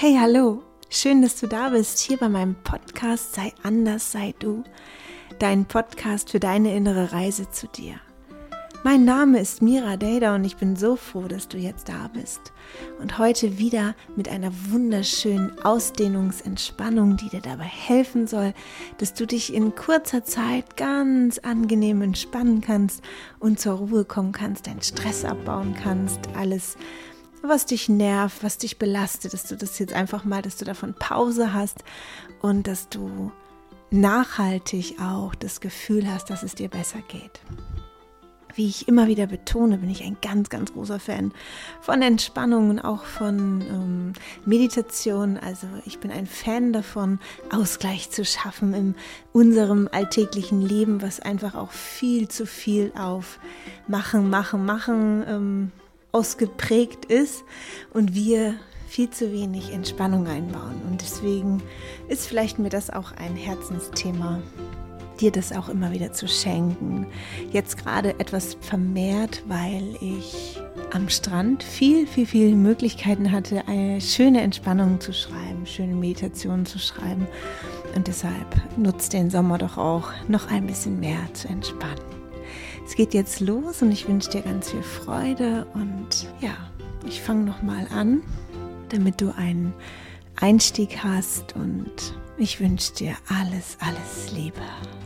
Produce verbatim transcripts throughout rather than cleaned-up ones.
Hey, hallo, schön, dass du da bist, hier bei meinem Podcast Sei anders, sei du, dein Podcast für deine innere Reise zu dir. Mein Name ist Mira Dejda und ich bin so froh, dass du jetzt da bist und heute wieder mit einer wunderschönen Ausdehnungsentspannung, die dir dabei helfen soll, dass du dich in kurzer Zeit ganz angenehm entspannen kannst und zur Ruhe kommen kannst, deinen Stress abbauen kannst, alles was dich nervt, was dich belastet, dass du das jetzt einfach mal, dass du davon Pause hast und dass du nachhaltig auch das Gefühl hast, dass es dir besser geht. Wie ich immer wieder betone, bin ich ein ganz, ganz großer Fan von Entspannung und auch von ähm, Meditation. Also ich bin ein Fan davon, Ausgleich zu schaffen in unserem alltäglichen Leben, was einfach auch viel zu viel auf Machen, Machen, Machen ähm, ausgeprägt ist und wir viel zu wenig Entspannung einbauen. Und deswegen ist vielleicht mir das auch ein Herzensthema, dir das auch immer wieder zu schenken. Jetzt gerade etwas vermehrt, weil ich am Strand viel, viel, viel Möglichkeiten hatte, eine schöne Entspannung zu schreiben, schöne Meditationen zu schreiben. Und deshalb nutzt den Sommer doch auch noch ein bisschen mehr zu entspannen. Es geht jetzt los und ich wünsche dir ganz viel Freude und ja, ich fange nochmal an, damit du einen Einstieg hast und ich wünsche dir alles, alles Liebe.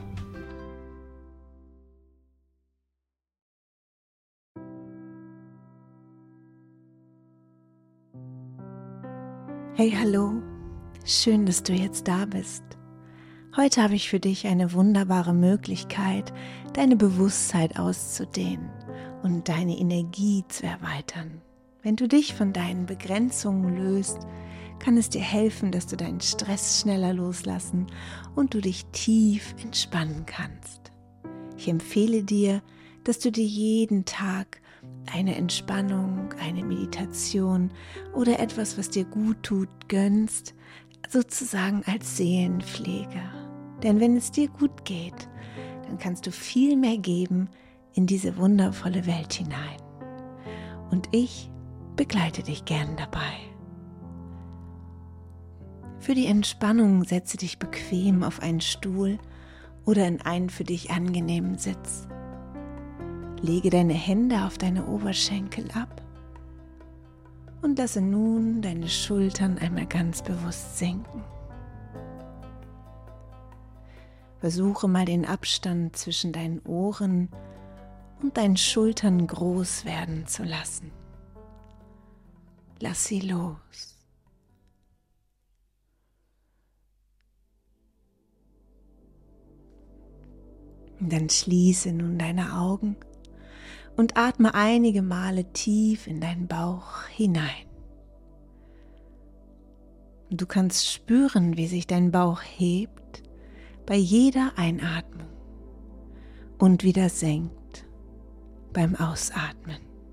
Hey, hallo, schön, dass du jetzt da bist. Heute habe ich für dich eine wunderbare Möglichkeit, deine Bewusstheit auszudehnen und deine Energie zu erweitern. Wenn du dich von deinen Begrenzungen löst, kann es dir helfen, dass du deinen Stress schneller loslassen und du dich tief entspannen kannst. Ich empfehle dir, dass du dir jeden Tag eine Entspannung, eine Meditation oder etwas, was dir gut tut, gönnst, sozusagen als Seelenpflege. Denn wenn es dir gut geht, dann kannst du viel mehr geben in diese wundervolle Welt hinein. Und ich begleite dich gern dabei. Für die Entspannung setze dich bequem auf einen Stuhl oder in einen für dich angenehmen Sitz. Lege deine Hände auf deine Oberschenkel ab und lasse nun deine Schultern einmal ganz bewusst sinken. Versuche mal den Abstand zwischen deinen Ohren und deinen Schultern groß werden zu lassen. Lass sie los. Und dann schließe nun deine Augen und atme einige Male tief in deinen Bauch hinein. Und du kannst spüren, wie sich dein Bauch hebt bei jeder Einatmung und wieder senkt beim Ausatmen.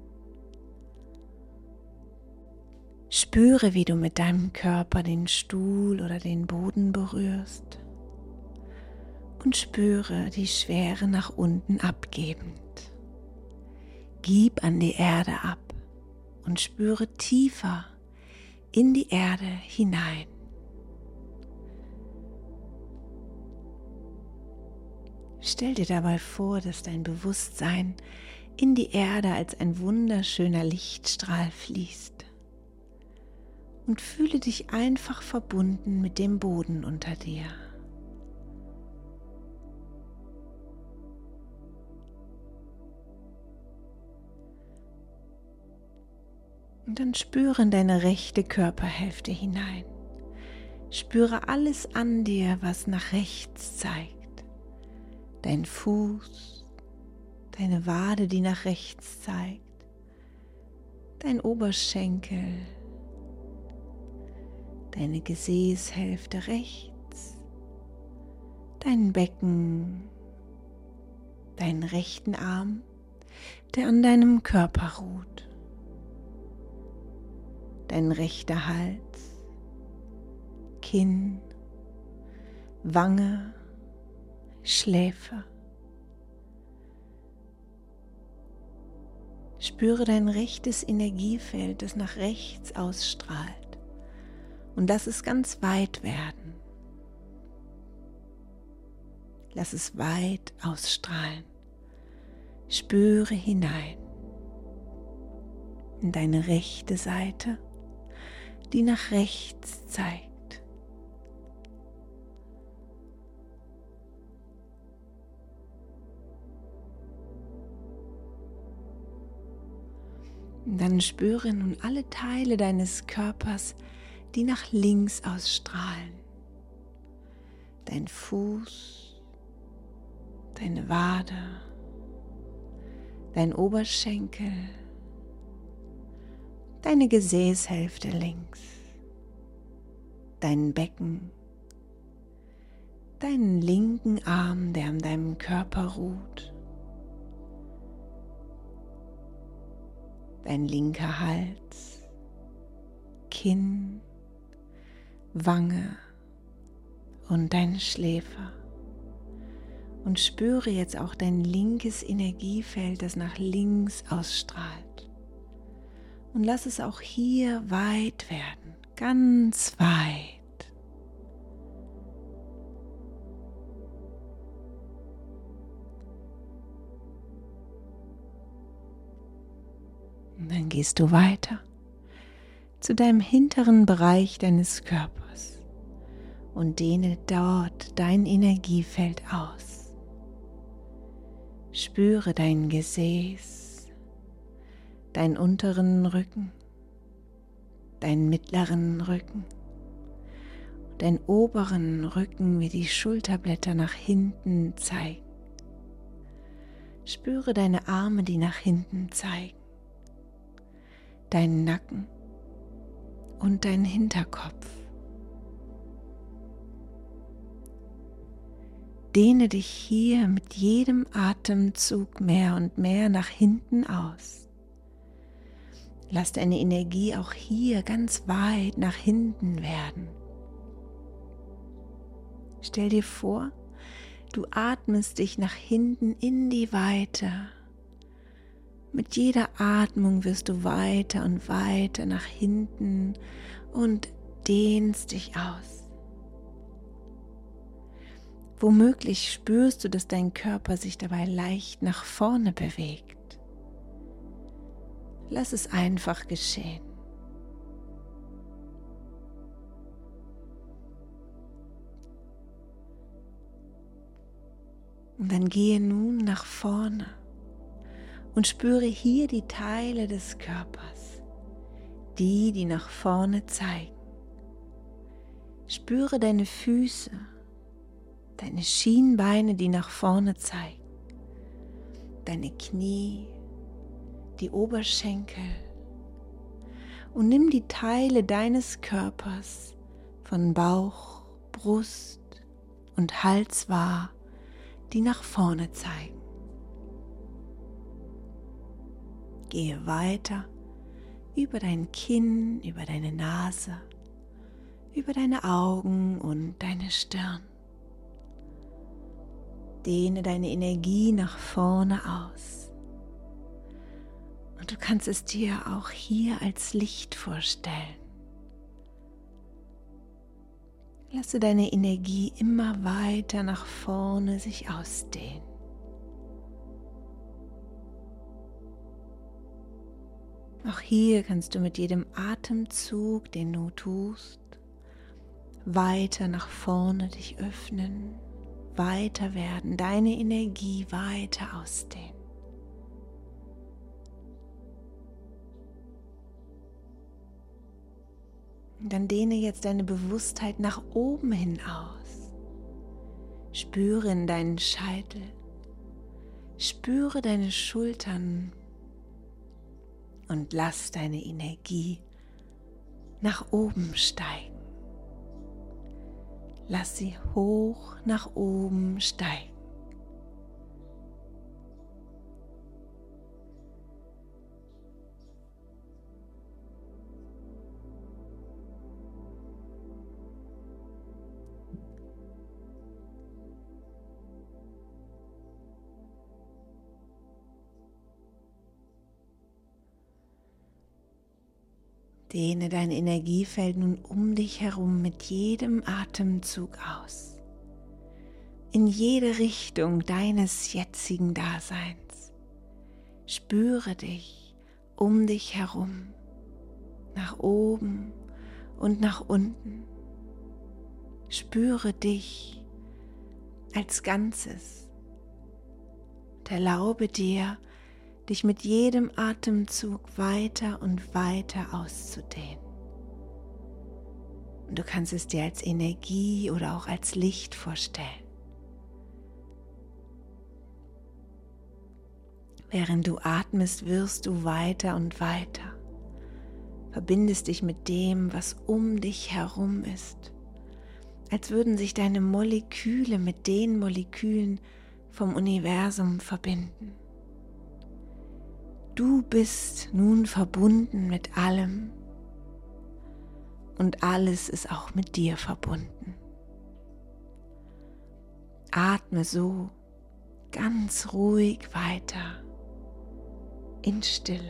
Spüre, wie du mit deinem Körper den Stuhl oder den Boden berührst und spüre die Schwere nach unten abgebend. Gib an die Erde ab und spüre tiefer in die Erde hinein. Stell dir dabei vor, dass dein Bewusstsein in die Erde als ein wunderschöner Lichtstrahl fließt und fühle dich einfach verbunden mit dem Boden unter dir. Und dann spüre in deine rechte Körperhälfte hinein. Spüre alles an dir, was nach rechts zeigt. Dein Fuß, deine Wade, die nach rechts zeigt, dein Oberschenkel, deine Gesäßhälfte rechts, dein Becken, deinen rechten Arm, der an deinem Körper ruht, dein rechter Hals, Kinn, Wange, Schläfe. Spüre, Spüre dein rechtes Energiefeld, das nach rechts ausstrahlt. Und spüre, wie und lass es ganz weit werden. Lass es weit ausstrahlen. Spüre hinein in deine rechte Seite, die nach rechts zeigt. Und dann spüre nun alle Teile deines Körpers, die nach links ausstrahlen. Dein Fuß, deine Wade, dein Oberschenkel, deine Gesäßhälfte links, dein Becken, deinen linken Arm, der an deinem Körper ruht, dein linker Hals, Kinn, Wange und deine Schläfe. Und spüre jetzt auch dein linkes Energiefeld, das nach links ausstrahlt. Und lass es auch hier weit werden, ganz weit. Und dann gehst du weiter zu deinem hinteren Bereich deines Körpers und dehne dort dein Energiefeld aus. Spüre dein Gesäß, deinen unteren Rücken, deinen mittleren Rücken, deinen oberen Rücken, wie die Schulterblätter nach hinten zeigen. Spüre deine Arme, die nach hinten zeigen, deinen Nacken und deinen Hinterkopf. Dehne dich hier mit jedem Atemzug mehr und mehr nach hinten aus. Lass deine Energie auch hier ganz weit nach hinten werden. Stell dir vor, du atmest dich nach hinten in die Weite. Mit jeder Atmung wirst du weiter und weiter nach hinten und dehnst dich aus. Womöglich spürst du, dass dein Körper sich dabei leicht nach vorne bewegt. Lass es einfach geschehen. Und dann gehe nun nach vorne und spüre hier die Teile des Körpers, die, die nach vorne zeigen. Spüre deine Füße, deine Schienbeine, die nach vorne zeigen, deine Knie, die Oberschenkel und nimm die Teile deines Körpers von Bauch, Brust und Hals wahr, die nach vorne zeigen. Gehe weiter über dein Kinn, über deine Nase, über deine Augen und deine Stirn. Dehne deine Energie nach vorne aus. Und du kannst es dir auch hier als Licht vorstellen. Lasse deine Energie immer weiter nach vorne sich ausdehnen. Auch hier kannst du mit jedem Atemzug, den du tust, weiter nach vorne dich öffnen, weiter werden, deine Energie weiter ausdehnen. Und dann dehne jetzt deine Bewusstheit nach oben hin aus. Spüre in deinen Scheitel, spüre deine Schultern und lass deine Energie nach oben steigen. Lass sie hoch nach oben steigen. Dehne dein Energiefeld nun um dich herum mit jedem Atemzug aus, in jede Richtung deines jetzigen Daseins. Spüre dich um dich herum, nach oben und nach unten. Spüre dich als Ganzes und erlaube dir, dich mit jedem Atemzug weiter und weiter auszudehnen. Und du kannst es dir als Energie oder auch als Licht vorstellen. Während du atmest, wirst du weiter und weiter, verbindest dich mit dem, was um dich herum ist, als würden sich deine Moleküle mit den Molekülen vom Universum verbinden. Du bist nun verbunden mit allem und alles ist auch mit dir verbunden. Atme so ganz ruhig weiter in Stille.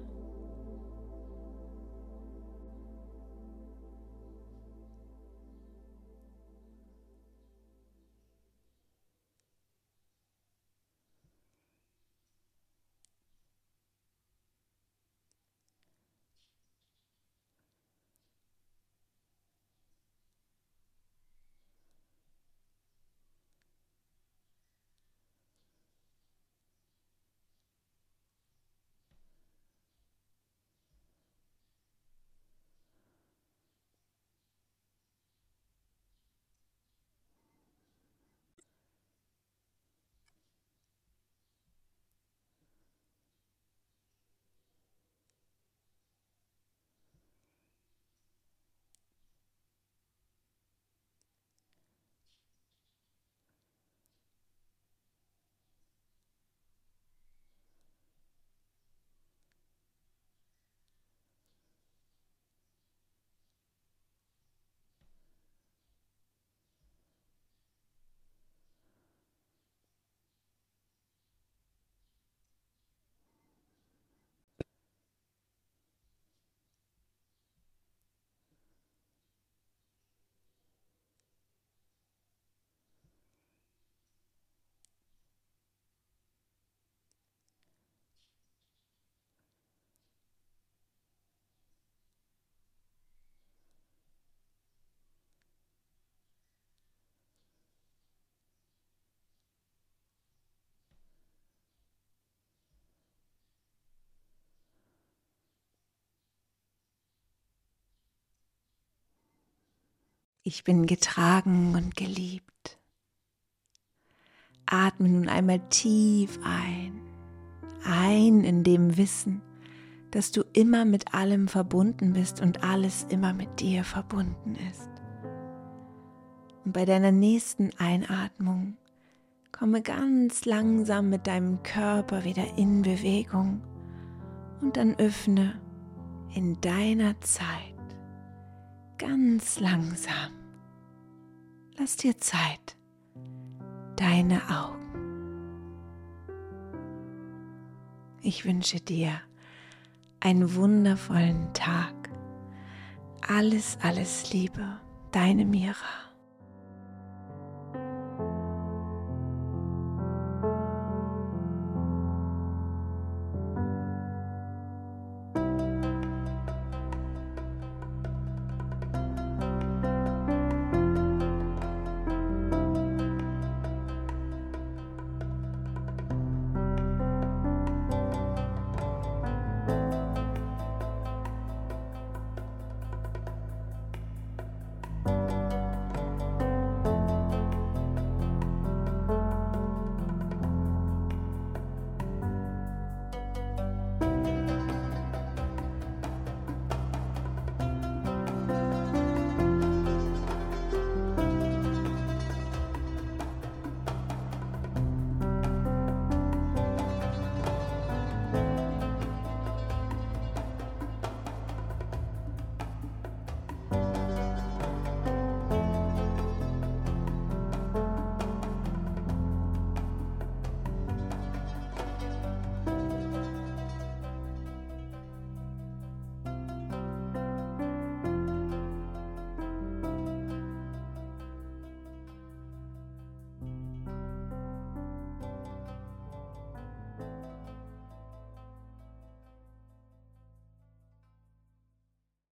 Ich bin getragen und geliebt. Atme nun einmal tief ein, ein in dem Wissen, dass du immer mit allem verbunden bist und alles immer mit dir verbunden ist. Und bei deiner nächsten Einatmung komme ganz langsam mit deinem Körper wieder in Bewegung und dann öffne in deiner Zeit ganz langsam. Lass dir Zeit, deine Augen. Ich wünsche dir einen wundervollen Tag. Alles, alles Liebe, deine Mira.